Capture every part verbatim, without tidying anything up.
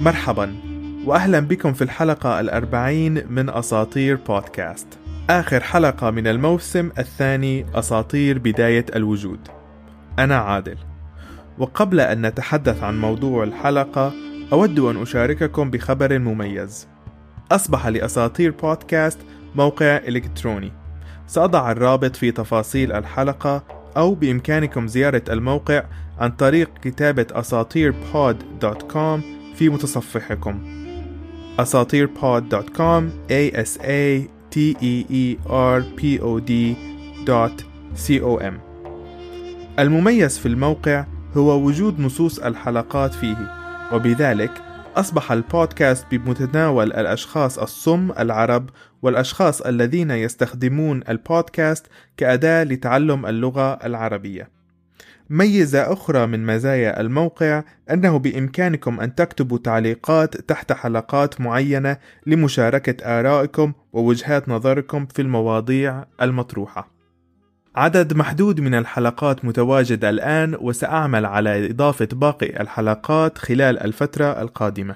مرحبا وأهلا بكم في الحلقة الأربعين من أساطير بودكاست، آخر حلقة من الموسم الثاني أساطير بداية الوجود. أنا عادل، وقبل أن نتحدث عن موضوع الحلقة أود أن أشارككم بخبر مميز. أصبح لأساطير بودكاست موقع إلكتروني، سأضع الرابط في تفاصيل الحلقة، أو بإمكانكم زيارة الموقع عن طريق كتابة أساطير بود دوت كوم في متصفحكم. أساطير بود دوت كوم A S A T E E R P O D دوت com. المميز في الموقع هو وجود نصوص الحلقات فيه، وبذلك أصبح البودكاست بمتناول الأشخاص الصم العرب والأشخاص الذين يستخدمون البودكاست كأداة لتعلم اللغة العربية. ميزة أخرى من مزايا الموقع أنه بإمكانكم أن تكتبوا تعليقات تحت حلقات معينة لمشاركة آرائكم ووجهات نظركم في المواضيع المطروحة. عدد محدود من الحلقات متواجد الآن، وسأعمل على إضافة باقي الحلقات خلال الفترة القادمة.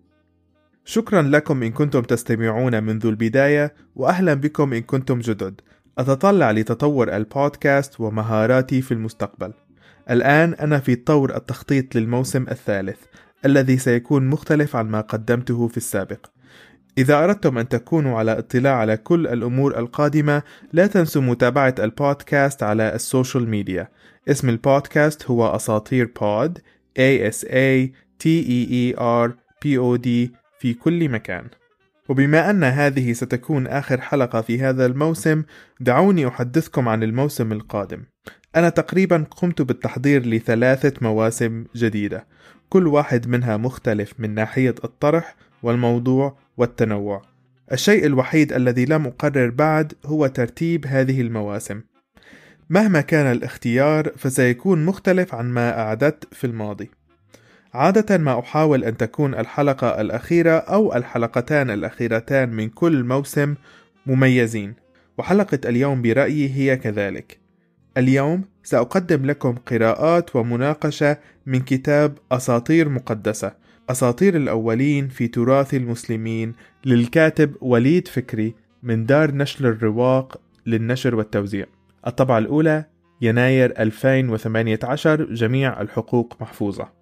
شكرا لكم إن كنتم تستمعون منذ البداية، وأهلا بكم إن كنتم جدد. أتطلع لتطور البودكاست ومهاراتي في المستقبل. الآن أنا في طور التخطيط للموسم الثالث، الذي سيكون مختلف عن ما قدمته في السابق. إذا أردتم أن تكونوا على اطلاع على كل الأمور القادمة، لا تنسوا متابعة البودكاست على السوشيال ميديا. اسم البودكاست هو أساطير بود A S A T E E R P O D في كل مكان. وبما أن هذه ستكون آخر حلقة في هذا الموسم، دعوني أحدثكم عن الموسم القادم. أنا تقريبا قمت بالتحضير لثلاثة مواسم جديدة، كل واحد منها مختلف من ناحية الطرح والموضوع والتنوع. الشيء الوحيد الذي لم أقرر بعد هو ترتيب هذه المواسم. مهما كان الاختيار فسيكون مختلف عن ما أعددت في الماضي. عادة ما أحاول أن تكون الحلقة الأخيرة أو الحلقتان الأخيرتان من كل موسم مميزين، وحلقة اليوم برأيي هي كذلك. اليوم سأقدم لكم قراءات ومناقشة من كتاب أساطير مقدسة، أساطير الأولين في تراث المسلمين، للكاتب وليد فكري من دار نشر الرواق للنشر والتوزيع. الطبعة الأولى يناير ألفين وثمانية عشر، جميع الحقوق محفوظة.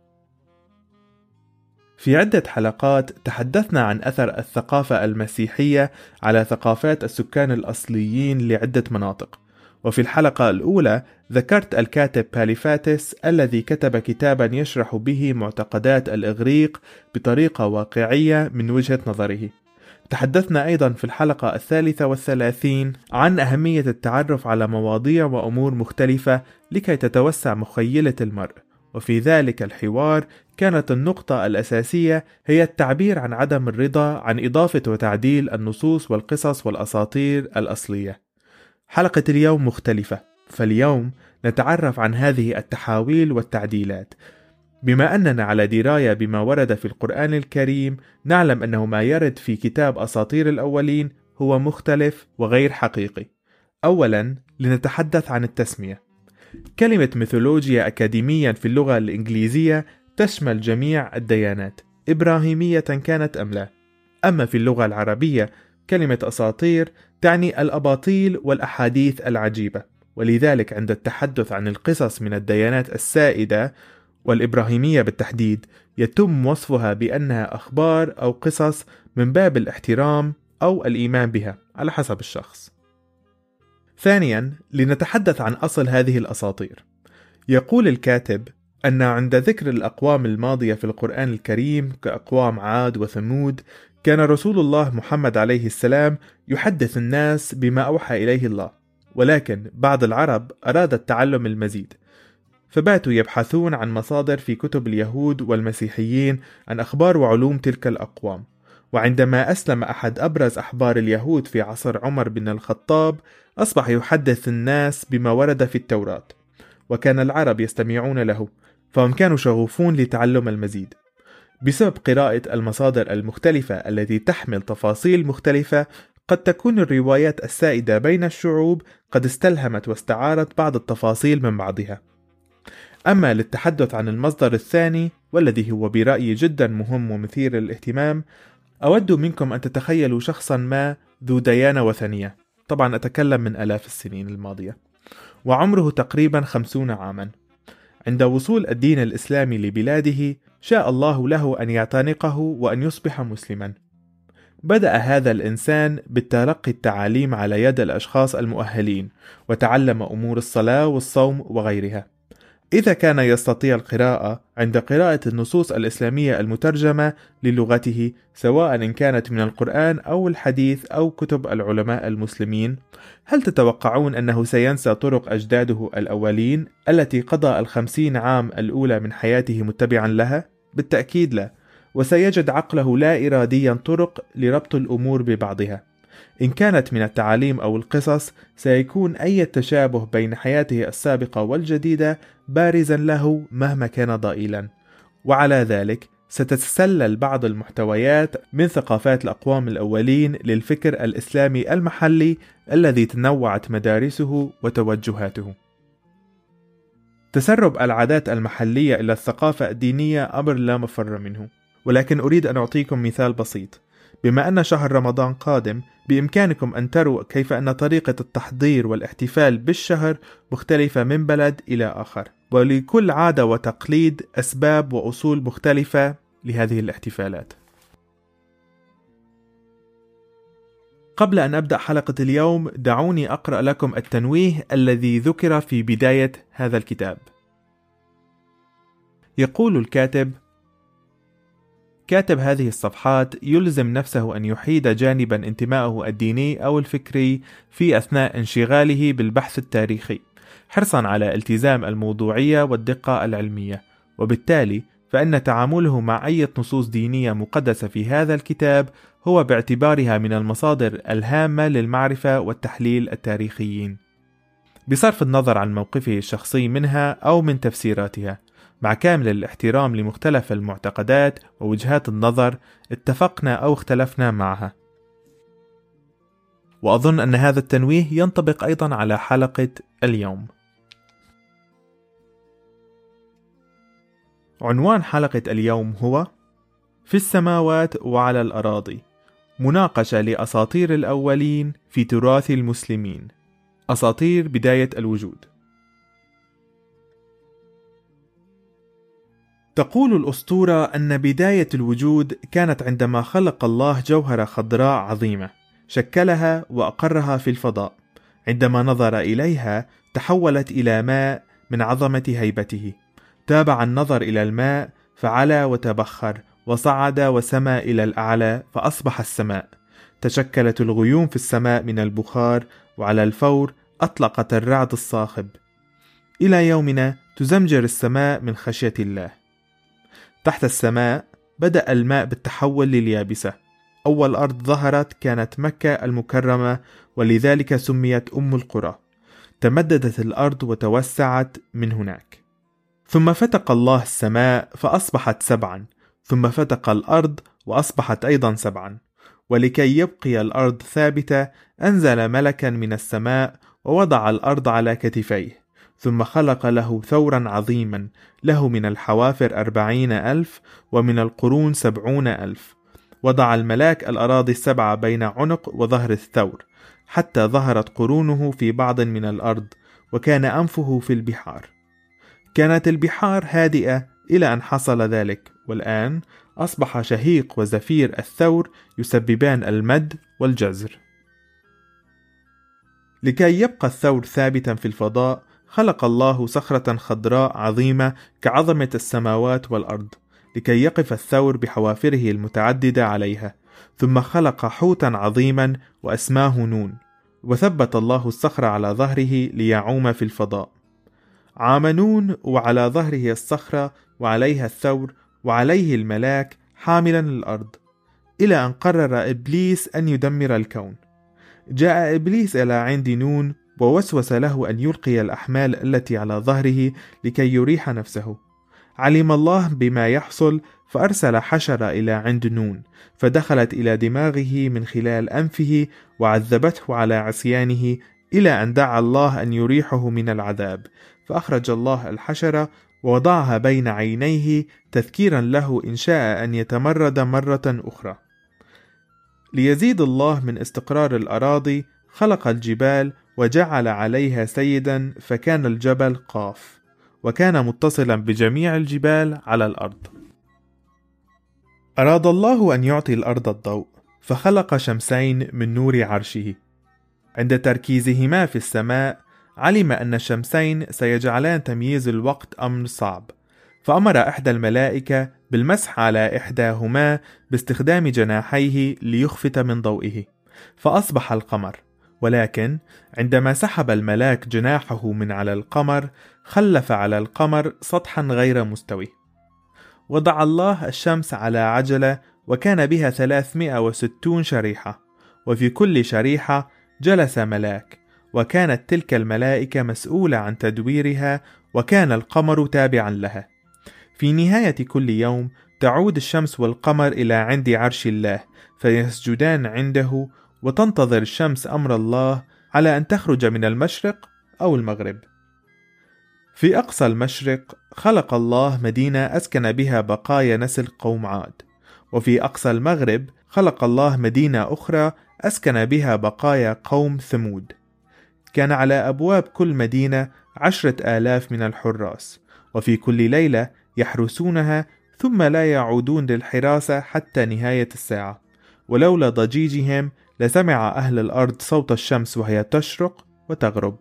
في عدة حلقات تحدثنا عن أثر الثقافة المسيحية على ثقافات السكان الأصليين لعدة مناطق، وفي الحلقة الأولى ذكرت الكاتب باليفاتس الذي كتب كتابا يشرح به معتقدات الإغريق بطريقة واقعية من وجهة نظره. تحدثنا أيضا في الحلقة الثالثة والثلاثين عن أهمية التعرف على مواضيع وأمور مختلفة لكي تتوسع مخيلة المرء، وفي ذلك الحوار كانت النقطة الأساسية هي التعبير عن عدم الرضا عن إضافة وتعديل النصوص والقصص والأساطير الأصلية. حلقة اليوم مختلفة، فاليوم نتعرف عن هذه التحاويل والتعديلات. بما أننا على دراية بما ورد في القرآن الكريم، نعلم أنه ما يرد في كتاب أساطير الأولين هو مختلف وغير حقيقي. أولا لنتحدث عن التسمية. كلمة ميثولوجيا أكاديميا في اللغة الإنجليزية تشمل جميع الديانات، إبراهيمية كانت أم لا. أما في اللغة العربية كلمة أساطير تعني الأباطيل والأحاديث العجيبة، ولذلك عند التحدث عن القصص من الديانات السائدة والإبراهيمية بالتحديد يتم وصفها بأنها أخبار أو قصص من باب الاحترام أو الإيمان بها على حسب الشخص. ثانيا لنتحدث عن أصل هذه الأساطير. يقول الكاتب أن عند ذكر الأقوام الماضية في القرآن الكريم كأقوام عاد وثمود، كان رسول الله محمد عليه السلام يحدث الناس بما أوحى إليه الله، ولكن بعض العرب أرادت تعلم المزيد، فباتوا يبحثون عن مصادر في كتب اليهود والمسيحيين عن أخبار وعلوم تلك الأقوام. وعندما أسلم أحد أبرز أحبار اليهود في عصر عمر بن الخطاب، أصبح يحدث الناس بما ورد في التوراة، وكان العرب يستمعون له، فهم كانوا شغوفون لتعلم المزيد. بسبب قراءة المصادر المختلفة التي تحمل تفاصيل مختلفة، قد تكون الروايات السائدة بين الشعوب قد استلهمت واستعارت بعض التفاصيل من بعضها. أما للتحدث عن المصدر الثاني والذي هو برأيي جدا مهم ومثير للاهتمام، أود منكم أن تتخيلوا شخصا ما ذو ديانة وثنية، طبعا أتكلم من آلاف السنين الماضية، وعمره تقريبا خمسون عاما. عند وصول الدين الإسلامي لبلاده شاء الله له أن يعتنقه وأن يصبح مسلما. بدأ هذا الإنسان بالتلقي التعاليم على يد الأشخاص المؤهلين، وتعلم أمور الصلاة والصوم وغيرها. إذا كان يستطيع القراءة عند قراءة النصوص الإسلامية المترجمة للغته، سواء إن كانت من القرآن أو الحديث أو كتب العلماء المسلمين، هل تتوقعون أنه سينسى طرق أجداده الأولين التي قضى الخمسين عام الأولى من حياته متبعا لها؟ بالتأكيد لا، وسيجد عقله لا إراديا طرق لربط الأمور ببعضها. إن كانت من التعاليم أو القصص، سيكون أي تشابه بين حياته السابقة والجديدة بارزا له مهما كان ضئيلا، وعلى ذلك ستتسلل بعض المحتويات من ثقافات الأقوام الأولين للفكر الإسلامي المحلي الذي تنوعت مدارسه وتوجهاته. تسرب العادات المحلية إلى الثقافة الدينية أمر لا مفر منه، ولكن أريد أن أعطيكم مثال بسيط. بما أن شهر رمضان قادم، بإمكانكم أن تروا كيف أن طريقة التحضير والاحتفال بالشهر مختلفة من بلد إلى آخر، ولكل عادة وتقليد أسباب وأصول مختلفة لهذه الاحتفالات. قبل أن أبدأ حلقة اليوم، دعوني أقرأ لكم التنويه الذي ذكر في بداية هذا الكتاب. يقول الكاتب: كاتب هذه الصفحات يلزم نفسه أن يحيد جانبا انتمائه الديني أو الفكري في أثناء انشغاله بالبحث التاريخي، حرصا على التزام الموضوعية والدقة العلمية، وبالتالي فإن تعامله مع أي نصوص دينية مقدسة في هذا الكتاب هو باعتبارها من المصادر الهامة للمعرفة والتحليل التاريخيين، بصرف النظر عن موقفه الشخصي منها أو من تفسيراتها، مع كامل الاحترام لمختلف المعتقدات ووجهات النظر اتفقنا أو اختلفنا معها. وأظن أن هذا التنويه ينطبق أيضا على حلقة اليوم. عنوان حلقة اليوم هو في السماوات وعلى الأراضي، مناقشة لأساطير الأولين في تراث المسلمين، أساطير بداية الوجود. تقول الأسطورة أن بداية الوجود كانت عندما خلق الله جوهرة خضراء عظيمة، شكلها وأقرها في الفضاء. عندما نظر إليها تحولت إلى ماء من عظمة هيبته. تابع النظر إلى الماء فعلى وتبخر وصعد وسمى إلى الأعلى فأصبح السماء. تشكلت الغيوم في السماء من البخار، وعلى الفور أطلقت الرعد الصاخب. إلى يومنا تزمجر السماء من خشية الله. تحت السماء بدأ الماء بالتحول لليابسة. أول أرض ظهرت كانت مكة المكرمة، ولذلك سميت أم القرى. تمددت الأرض وتوسعت من هناك. ثم فتق الله السماء فأصبحت سبعا، ثم فتق الأرض وأصبحت أيضا سبعا. ولكي يبقي الأرض ثابتة أنزل ملكا من السماء ووضع الأرض على كتفيه، ثم خلق له ثورا عظيما له من الحوافر أربعين ألف ومن القرون سبعون ألف. وضع الملاك الأراضي السبعة بين عنق وظهر الثور، حتى ظهرت قرونه في بعض من الأرض، وكان أنفه في البحار. كانت البحار هادئة إلى أن حصل ذلك، والآن أصبح شهيق وزفير الثور يسببان المد والجزر. لكي يبقى الثور ثابتا في الفضاء خلق الله صخرة خضراء عظيمة كعظمة السماوات والأرض، لكي يقف الثور بحوافره المتعددة عليها. ثم خلق حوتا عظيما وأسماه نون، وثبت الله الصخر على ظهره ليعوم في الفضاء. عام نون وعلى ظهره الصخرة وعليها الثور وعليه الملاك حاملا الأرض، إلى أن قرر إبليس أن يدمر الكون. جاء إبليس إلى عند نون ووسوس له أن يلقي الأحمال التي على ظهره لكي يريح نفسه. علم الله بما يحصل فأرسل حشرة إلى عند نون، فدخلت إلى دماغه من خلال أنفه وعذبته على عصيانه، إلى أن دعا الله أن يريحه من العذاب، فأخرج الله الحشرة ووضعها بين عينيه تذكيرا له إن شاء أن يتمرد مرة أخرى. ليزيد الله من استقرار الأراضي خلق الجبال وجعل عليها سيدا، فكان الجبل قاف، وكان متصلا بجميع الجبال على الأرض. أراد الله أن يعطي الأرض الضوء، فخلق شمسين من نور عرشه. عند تركيزهما في السماء علم أن الشمسين سيجعلان تمييز الوقت أمر صعب، فأمر إحدى الملائكة بالمسح على إحداهما باستخدام جناحيه ليخفت من ضوئه، فأصبح القمر. ولكن عندما سحب الملاك جناحه من على القمر خلف على القمر سطحا غير مستوي. وضع الله الشمس على عجلة، وكان بها ثلاثمائة وستون شريحة، وفي كل شريحة جلس ملاك، وكانت تلك الملائكة مسؤولة عن تدويرها، وكان القمر تابعا لها. في نهاية كل يوم تعود الشمس والقمر إلى عند عرش الله، فيسجدان عنده، وتنتظر الشمس أمر الله على أن تخرج من المشرق أو المغرب. في أقصى المشرق خلق الله مدينة أسكن بها بقايا نسل قوم عاد، وفي أقصى المغرب خلق الله مدينة أخرى أسكن بها بقايا قوم ثمود. كان على أبواب كل مدينة عشرة آلاف من الحراس، وفي كل ليلة يحرسونها، ثم لا يعودون للحراسة حتى نهاية الساعة. ولولا ضجيجهم لسمع أهل الأرض صوت الشمس وهي تشرق وتغرب.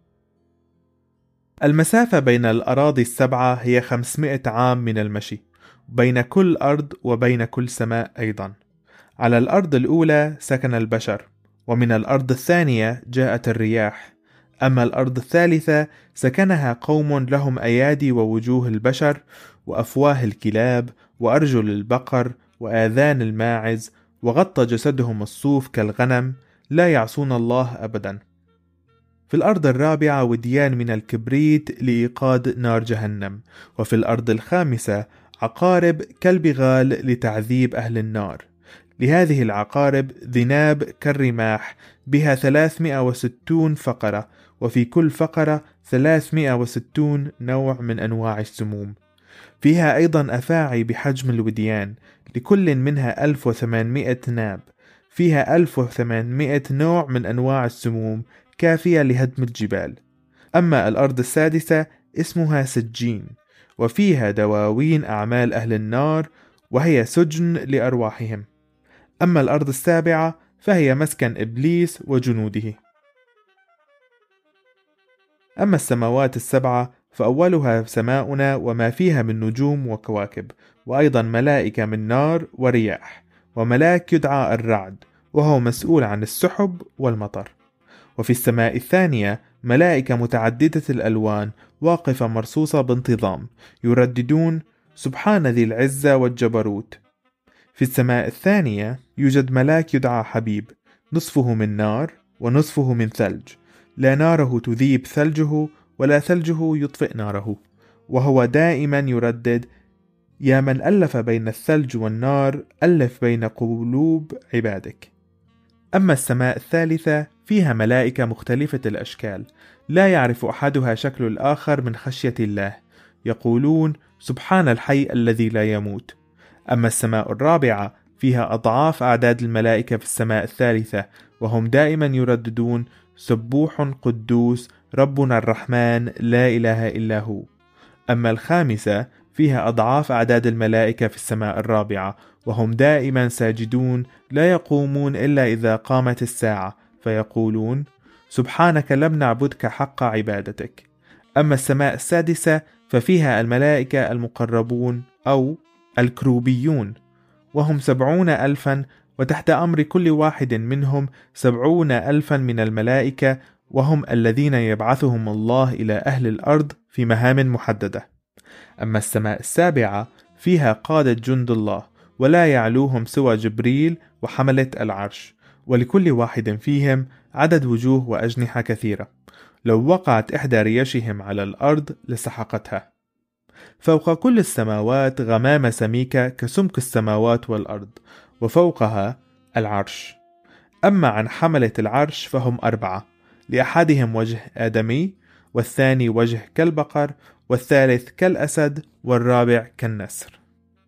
المسافة بين الأراضي السبعة هي خمسمائة عام من المشي، بين كل أرض وبين كل سماء أيضا. على الأرض الأولى سكن البشر، ومن الأرض الثانية جاءت الرياح. أما الأرض الثالثة سكنها قوم لهم أيادي ووجوه البشر، وأفواه الكلاب، وأرجل البقر، وآذان الماعز، وغطى جسدهم الصوف كالغنم، لا يعصون الله أبدا. في الأرض الرابعة وديان من الكبريت لإيقاد نار جهنم، وفي الأرض الخامسة عقارب كالبغال لتعذيب أهل النار. لهذه العقارب ذناب كالرماح، بها ثلاثمائة وستون فقرة، وفي كل فقرة ثلاثمائة وستون نوع من أنواع السموم. فيها أيضا أفاعي بحجم الوديان، لكل منها ألف وثمانمائة ناب، فيها ألف وثمانمائة نوع من أنواع السموم كافية لهدم الجبال. أما الأرض السادسة اسمها سجين، وفيها دواوين أعمال أهل النار، وهي سجن لأرواحهم. أما الأرض السابعة فهي مسكن إبليس وجنوده. أما السماوات السبعة فأولها سماؤنا وما فيها من نجوم وكواكب، وأيضا ملائكة من نار ورياح، وملاك يدعى الرعد، وهو مسؤول عن السحب والمطر. وفي السماء الثانية ملائكة متعددة الألوان واقفة مرصوصة بانتظام، يرددون سبحان ذي العزة والجبروت. في السماء الثانية يوجد ملاك يدعى حبيب، نصفه من نار ونصفه من ثلج، لا ناره تذيب ثلجه ولا ثلجه يطفئ ناره، وهو دائما يردد يا من ألف بين الثلج والنار ألف بين قلوب عبادك. أما السماء الثالثة فيها ملائكة مختلفة الأشكال، لا يعرف أحدها شكل الآخر من خشية الله، يقولون سبحان الحي الذي لا يموت. أما السماء الرابعة فيها أضعاف أعداد الملائكة في السماء الثالثة، وهم دائما يرددون سبوح قدوس ربنا الرحمن لا إله إلا هو. أما الخامسة فيها أضعاف أعداد الملائكة في السماء الرابعة، وهم دائما ساجدون لا يقومون إلا إذا قامت الساعة، فيقولون سبحانك لم نعبدك حق عبادتك. أما السماء السادسة ففيها الملائكة المقربون أو الكروبيون، وهم سبعون ألفا، وتحت أمر كل واحد منهم سبعون ألفا من الملائكة، وهم الذين يبعثهم الله إلى أهل الأرض في مهام محددة. أما السماء السابعة فيها قادة جند الله، ولا يعلوهم سوى جبريل وحملة العرش، ولكل واحد فيهم عدد وجوه وأجنحة كثيرة، لو وقعت إحدى ريشهم على الأرض لسحقتها. فوق كل السماوات غمامة سميكة كسمك السماوات والأرض، وفوقها العرش. أما عن حملة العرش فهم أربعة، لأحدهم وجه آدمي، والثاني وجه كالبقر، والثالث كالأسد، والرابع كالنسر.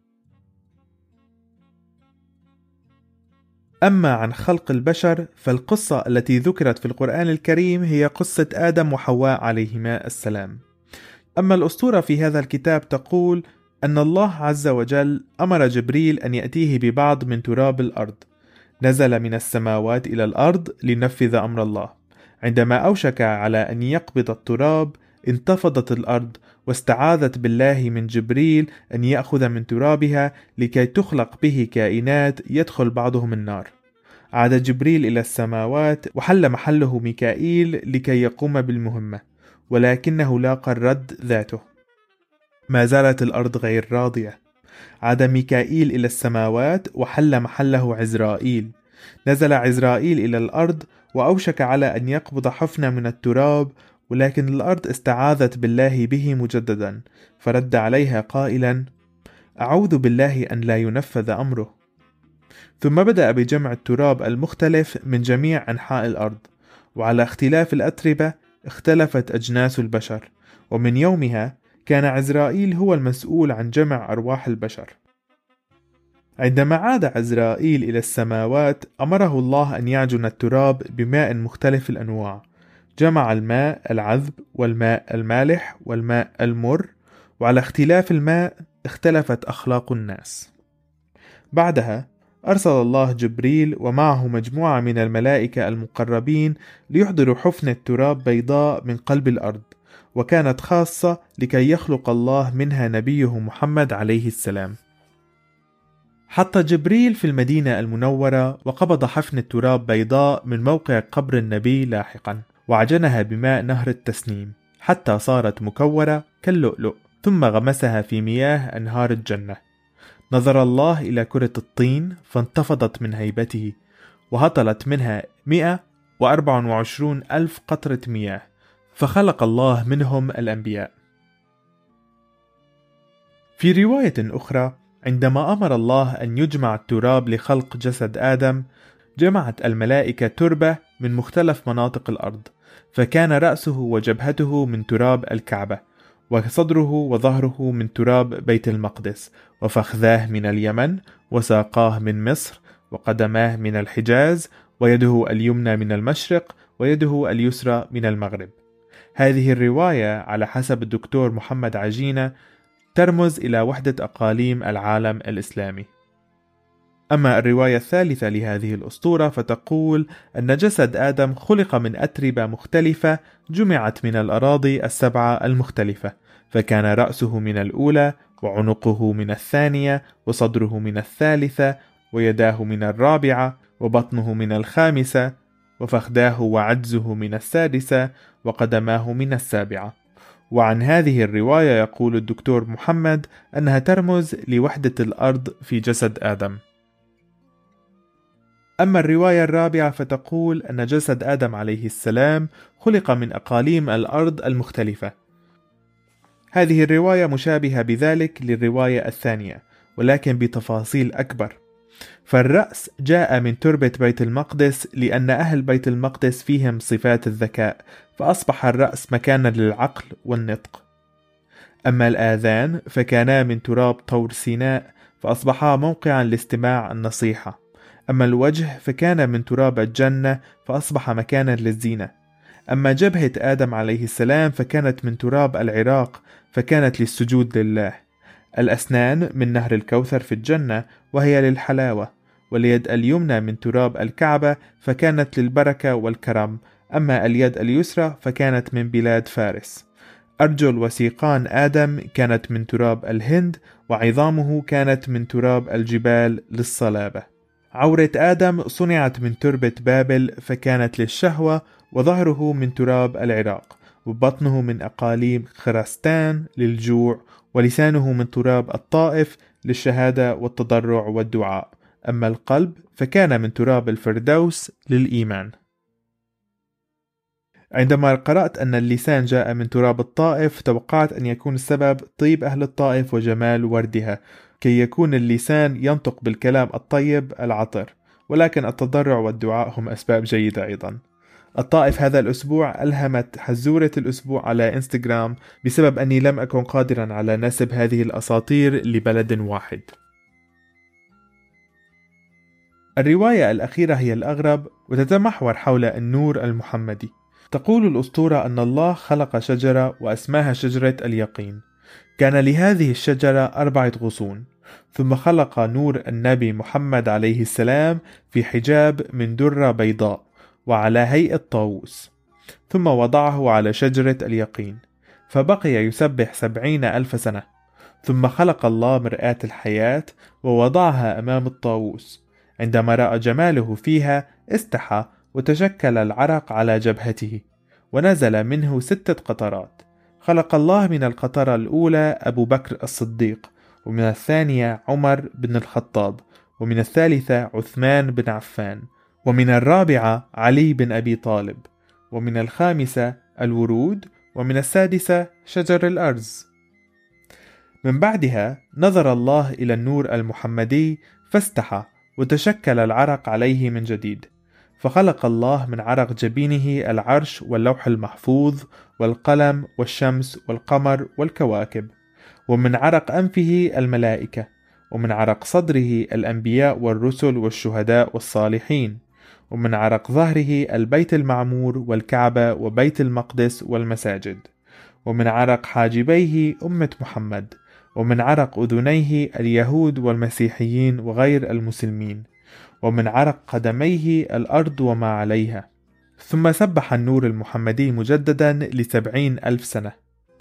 أما عن خلق البشر، فالقصة التي ذكرت في القرآن الكريم هي قصة آدم وحواء عليهما السلام. أما الأسطورة في هذا الكتاب تقول أن الله عز وجل أمر جبريل أن يأتيه ببعض من تراب الأرض، نزل من السماوات إلى الأرض لينفذ أمر الله. عندما أوشك على أن يقبض التراب انتفضت الأرض، واستعاذت بالله من جبريل أن يأخذ من ترابها لكي تخلق به كائنات يدخل بعضهم النار. عاد جبريل إلى السماوات وحل محله ميكائيل لكي يقوم بالمهمة، ولكنه لاقى الرد ذاته. ما زالت الأرض غير راضية. عاد ميكائيل إلى السماوات وحل محله عزرائيل. نزل عزرائيل إلى الأرض وأوشك على أن يقبض حفنة من التراب، ولكن الأرض استعاذت بالله به مجددا، فرد عليها قائلا: أعوذ بالله أن لا ينفذ أمره. ثم بدأ بجمع التراب المختلف من جميع أنحاء الأرض، وعلى اختلاف الأتربة اختلفت أجناس البشر، ومن يومها كان عزرائيل هو المسؤول عن جمع أرواح البشر. عندما عاد عزرائيل إلى السماوات أمره الله أن يعجن التراب بماء مختلف الأنواع. جمع الماء العذب والماء المالح والماء المر، وعلى اختلاف الماء اختلفت أخلاق الناس. بعدها أرسل الله جبريل ومعه مجموعة من الملائكة المقربين ليحضروا حفنة تراب بيضاء من قلب الأرض، وكانت خاصة لكي يخلق الله منها نبيه محمد عليه السلام. حط جبريل في المدينة المنورة وقبض حفنة تراب بيضاء من موقع قبر النبي لاحقا، وعجنها بماء نهر التسنيم حتى صارت مكورة كاللؤلؤ، ثم غمسها في مياه أنهار الجنة. نظر الله إلى كرة الطين فانتفضت من هيبته، وهطلت منها مئة وأربعة وعشرون ألف قطرة مياه، فخلق الله منهم الأنبياء. في رواية أخرى، عندما أمر الله أن يجمع التراب لخلق جسد آدم، جمعت الملائكة تربة من مختلف مناطق الأرض، فكان رأسه وجبهته من تراب الكعبة، وصدره وظهره من تراب بيت المقدس، وفخذاه من اليمن، وساقاه من مصر، وقدماه من الحجاز، ويده اليمنى من المشرق، ويده اليسرى من المغرب. هذه الرواية على حسب الدكتور محمد عجينة ترمز إلى وحدة أقاليم العالم الإسلامي. أما الرواية الثالثة لهذه الأسطورة فتقول أن جسد آدم خلق من أتربة مختلفة جمعت من الأراضي السبعة المختلفة، فكان رأسه من الأولى، وعنقه من الثانية، وصدره من الثالثة، ويداه من الرابعة، وبطنه من الخامسة، وفخذاه وعجزه من السادسة، وقدماه من السابعة. وعن هذه الرواية يقول الدكتور محمد أنها ترمز لوحدة الأرض في جسد آدم. أما الرواية الرابعة فتقول أن جسد آدم عليه السلام خلق من أقاليم الأرض المختلفة. هذه الرواية مشابهة بذلك للرواية الثانية، ولكن بتفاصيل أكبر. فالرأس جاء من تربة بيت المقدس لأن أهل بيت المقدس فيهم صفات الذكاء، فأصبح الرأس مكانا للعقل والنطق. أما الآذان فكانا من تراب طور سيناء، فأصبحا موقعا لاستماع النصيحة. أما الوجه فكان من تراب الجنة، فأصبح مكانا للزينة. أما جبهة آدم عليه السلام فكانت من تراب العراق، فكانت للسجود لله. الأسنان من نهر الكوثر في الجنة، وهي للحلاوة. واليد اليمنى من تراب الكعبة، فكانت للبركة والكرم. أما اليد اليسرى فكانت من بلاد فارس. أرجل وسيقان آدم كانت من تراب الهند، وعظامه كانت من تراب الجبال للصلابة. عورة آدم صنعت من تربة بابل، فكانت للشهوة، وظهره من تراب العراق، وبطنه من أقاليم خرستان للجوع، ولسانه من تراب الطائف للشهادة والتضرع والدعاء. أما القلب فكان من تراب الفردوس للإيمان. عندما قرأت أن اللسان جاء من تراب الطائف توقعت أن يكون السبب طيب أهل الطائف وجمال وردها، كي يكون اللسان ينطق بالكلام الطيب العطر، ولكن التضرع والدعاء هم أسباب جيدة أيضا. الطائف هذا الأسبوع ألهمت حزورة الأسبوع على إنستغرام بسبب أني لم أكن قادرا على نسب هذه الأساطير لبلد واحد. الرواية الأخيرة هي الأغرب وتتمحور حول النور المحمدي. تقول الأسطورة أن الله خلق شجرة وأسماها شجرة اليقين. كان لهذه الشجرة أربعة غصون، ثم خلق نور النبي محمد عليه السلام في حجاب من درة بيضاء وعلى هيئة طاووس، ثم وضعه على شجرة اليقين فبقي يسبح سبعين ألف سنة. ثم خلق الله مرآة الحياة ووضعها أمام الطاووس. عندما رأى جماله فيها استحى وتشكل العرق على جبهته ونزل منه ستة قطرات. خلق الله من القطرة الأولى أبو بكر الصديق، ومن الثانية عمر بن الخطاب، ومن الثالثة عثمان بن عفان، ومن الرابعة علي بن أبي طالب، ومن الخامسة الورود، ومن السادسة شجر الأرز. من بعدها نظر الله إلى النور المحمدي فاستحى وتشكل العرق عليه من جديد، فخلق الله من عرق جبينه العرش واللوح المحفوظ والقلم والشمس والقمر والكواكب، ومن عرق أنفه الملائكة، ومن عرق صدره الأنبياء والرسل والشهداء والصالحين، ومن عرق ظهره البيت المعمور والكعبة وبيت المقدس والمساجد، ومن عرق حاجبيه أمة محمد، ومن عرق أذنيه اليهود والمسيحيين وغير المسلمين، ومن عرق قدميه الأرض وما عليها. ثم سبح النور المحمدي مجددا لسبعين ألف سنة.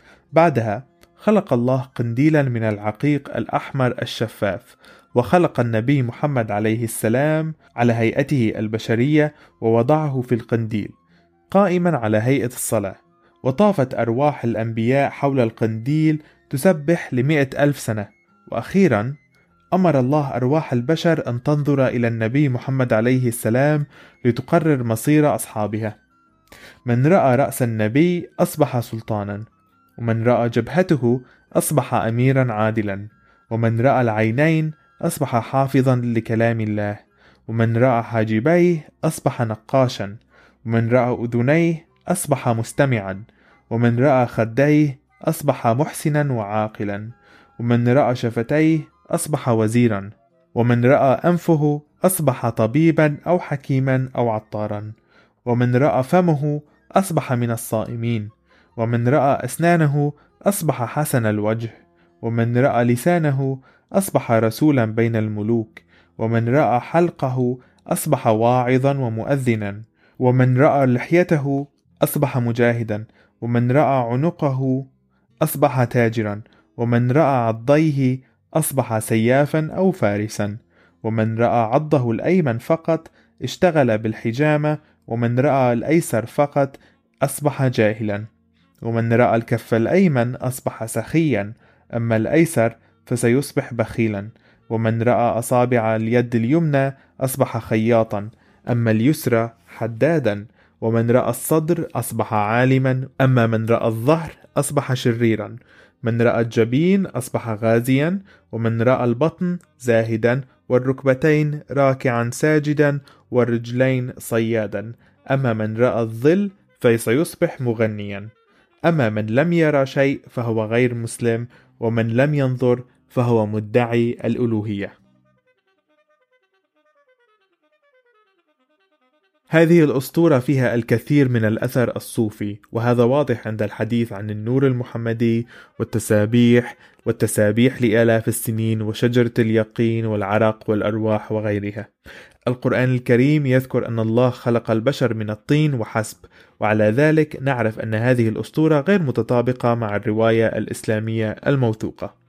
بعدها خلق الله قنديلا من العقيق الأحمر الشفاف، وخلق النبي محمد عليه السلام على هيئته البشرية ووضعه في القنديل قائما على هيئة الصلاة، وطافت أرواح الأنبياء حول القنديل تسبح لمئة ألف سنة. وأخيرا أمر الله أرواح البشر أن تنظر إلى النبي محمد عليه السلام لتقرر مصير أصحابها. من رأى رأس النبي أصبح سلطانا، ومن رأى جبهته أصبح أميرا عادلا، ومن رأى العينين أصبح حافظا لكلام الله، ومن رأى حاجبيه أصبح نقاشا، ومن رأى أذنيه أصبح مستمعا، ومن رأى خديه أصبح محسنا وعاقلا، ومن رأى شفتيه أصبح وزيرا، ومن رأى أنفه أصبح طبيبا أو حكيما أو عطارا، ومن رأى فمه أصبح من الصائمين، ومن رأى أسنانه أصبح حسن الوجه، ومن رأى لسانه أصبح رسولا بين الملوك، ومن رأى حلقه أصبح واعظا ومؤذنا، ومن رأى لحيته أصبح مجاهدا، ومن رأى عنقه أصبح تاجرا، ومن رأى عضيه أصبح سيافا أو فارسا، ومن رأى عضه الأيمن فقط اشتغل بالحجامة، ومن رأى الأيسر فقط أصبح جاهلا، ومن رأى الكف الأيمن أصبح سخيا، أما الأيسر فسيصبح بخيلا، ومن رأى أصابع اليد اليمنى أصبح خياطا، أما اليسرى حدادا، ومن رأى الصدر أصبح عالما، أما من رأى الظهر أصبح شريرا، من رأى الجبين أصبح غازيا، ومن رأى البطن زاهدا، والركبتين راكعا ساجدا، والرجلين صيادا، أما من رأى الظل فسيصبح مغنيا، أما من لم يرى شيء فهو غير مسلم، ومن لم ينظر فهو مدعي الألوهية. هذه الأسطورة فيها الكثير من الأثر الصوفي، وهذا واضح عند الحديث عن النور المحمدي والتسابيح والتسابيح لآلاف السنين وشجرة اليقين والعرق والأرواح وغيرها. القرآن الكريم يذكر أن الله خلق البشر من الطين وحسب، وعلى ذلك نعرف أن هذه الأسطورة غير متطابقة مع الرواية الإسلامية الموثوقة.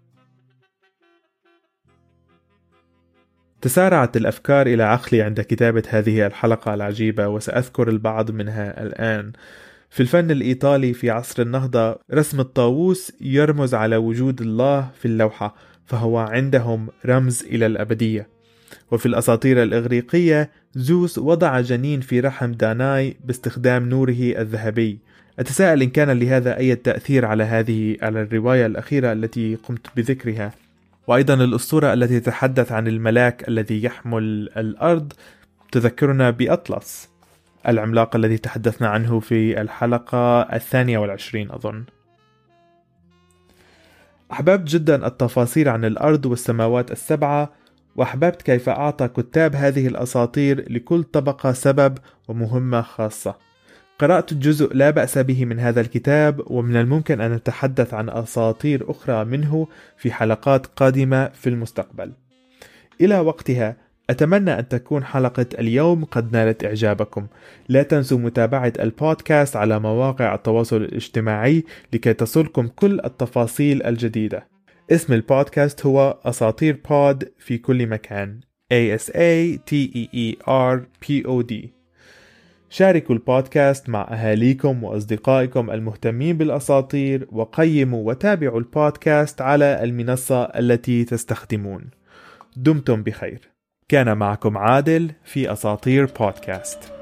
تسارعت الأفكار إلى عقلي عند كتابة هذه الحلقة العجيبة، وسأذكر البعض منها الآن. في الفن الإيطالي في عصر النهضة رسم الطاووس يرمز على وجود الله في اللوحة، فهو عندهم رمز إلى الأبدية. وفي الأساطير الإغريقية زوس وضع جنين في رحم داناي باستخدام نوره الذهبي. أتساءل إن كان لهذا أي تأثير على هذه على الرواية الأخيرة التي قمت بذكرها. وأيضا الأسطورة التي تتحدث عن الملاك الذي يحمل الأرض تذكرنا بأطلس. العملاق الذي تحدثنا عنه في الحلقة الثانية والعشرين أظن. أحببت جدا التفاصيل عن الأرض والسماوات السبعة، وأحببت كيف أعطى كتاب هذه الأساطير لكل طبقة سبب ومهمة خاصة. قرأت الجزء لا بأس به من هذا الكتاب، ومن الممكن أن نتحدث عن أساطير أخرى منه في حلقات قادمة في المستقبل. إلى وقتها أتمنى أن تكون حلقة اليوم قد نالت إعجابكم. لا تنسوا متابعة البودكاست على مواقع التواصل الاجتماعي لكي تصلكم كل التفاصيل الجديدة. اسم البودكاست هو أساطير بود في كل مكان، A S A T E E R P O D. شاركوا البودكاست مع أهاليكم وأصدقائكم المهتمين بالأساطير، وقيموا وتابعوا البودكاست على المنصة التي تستخدمون. دمتم بخير. كان معكم عادل في أساطير بودكاست.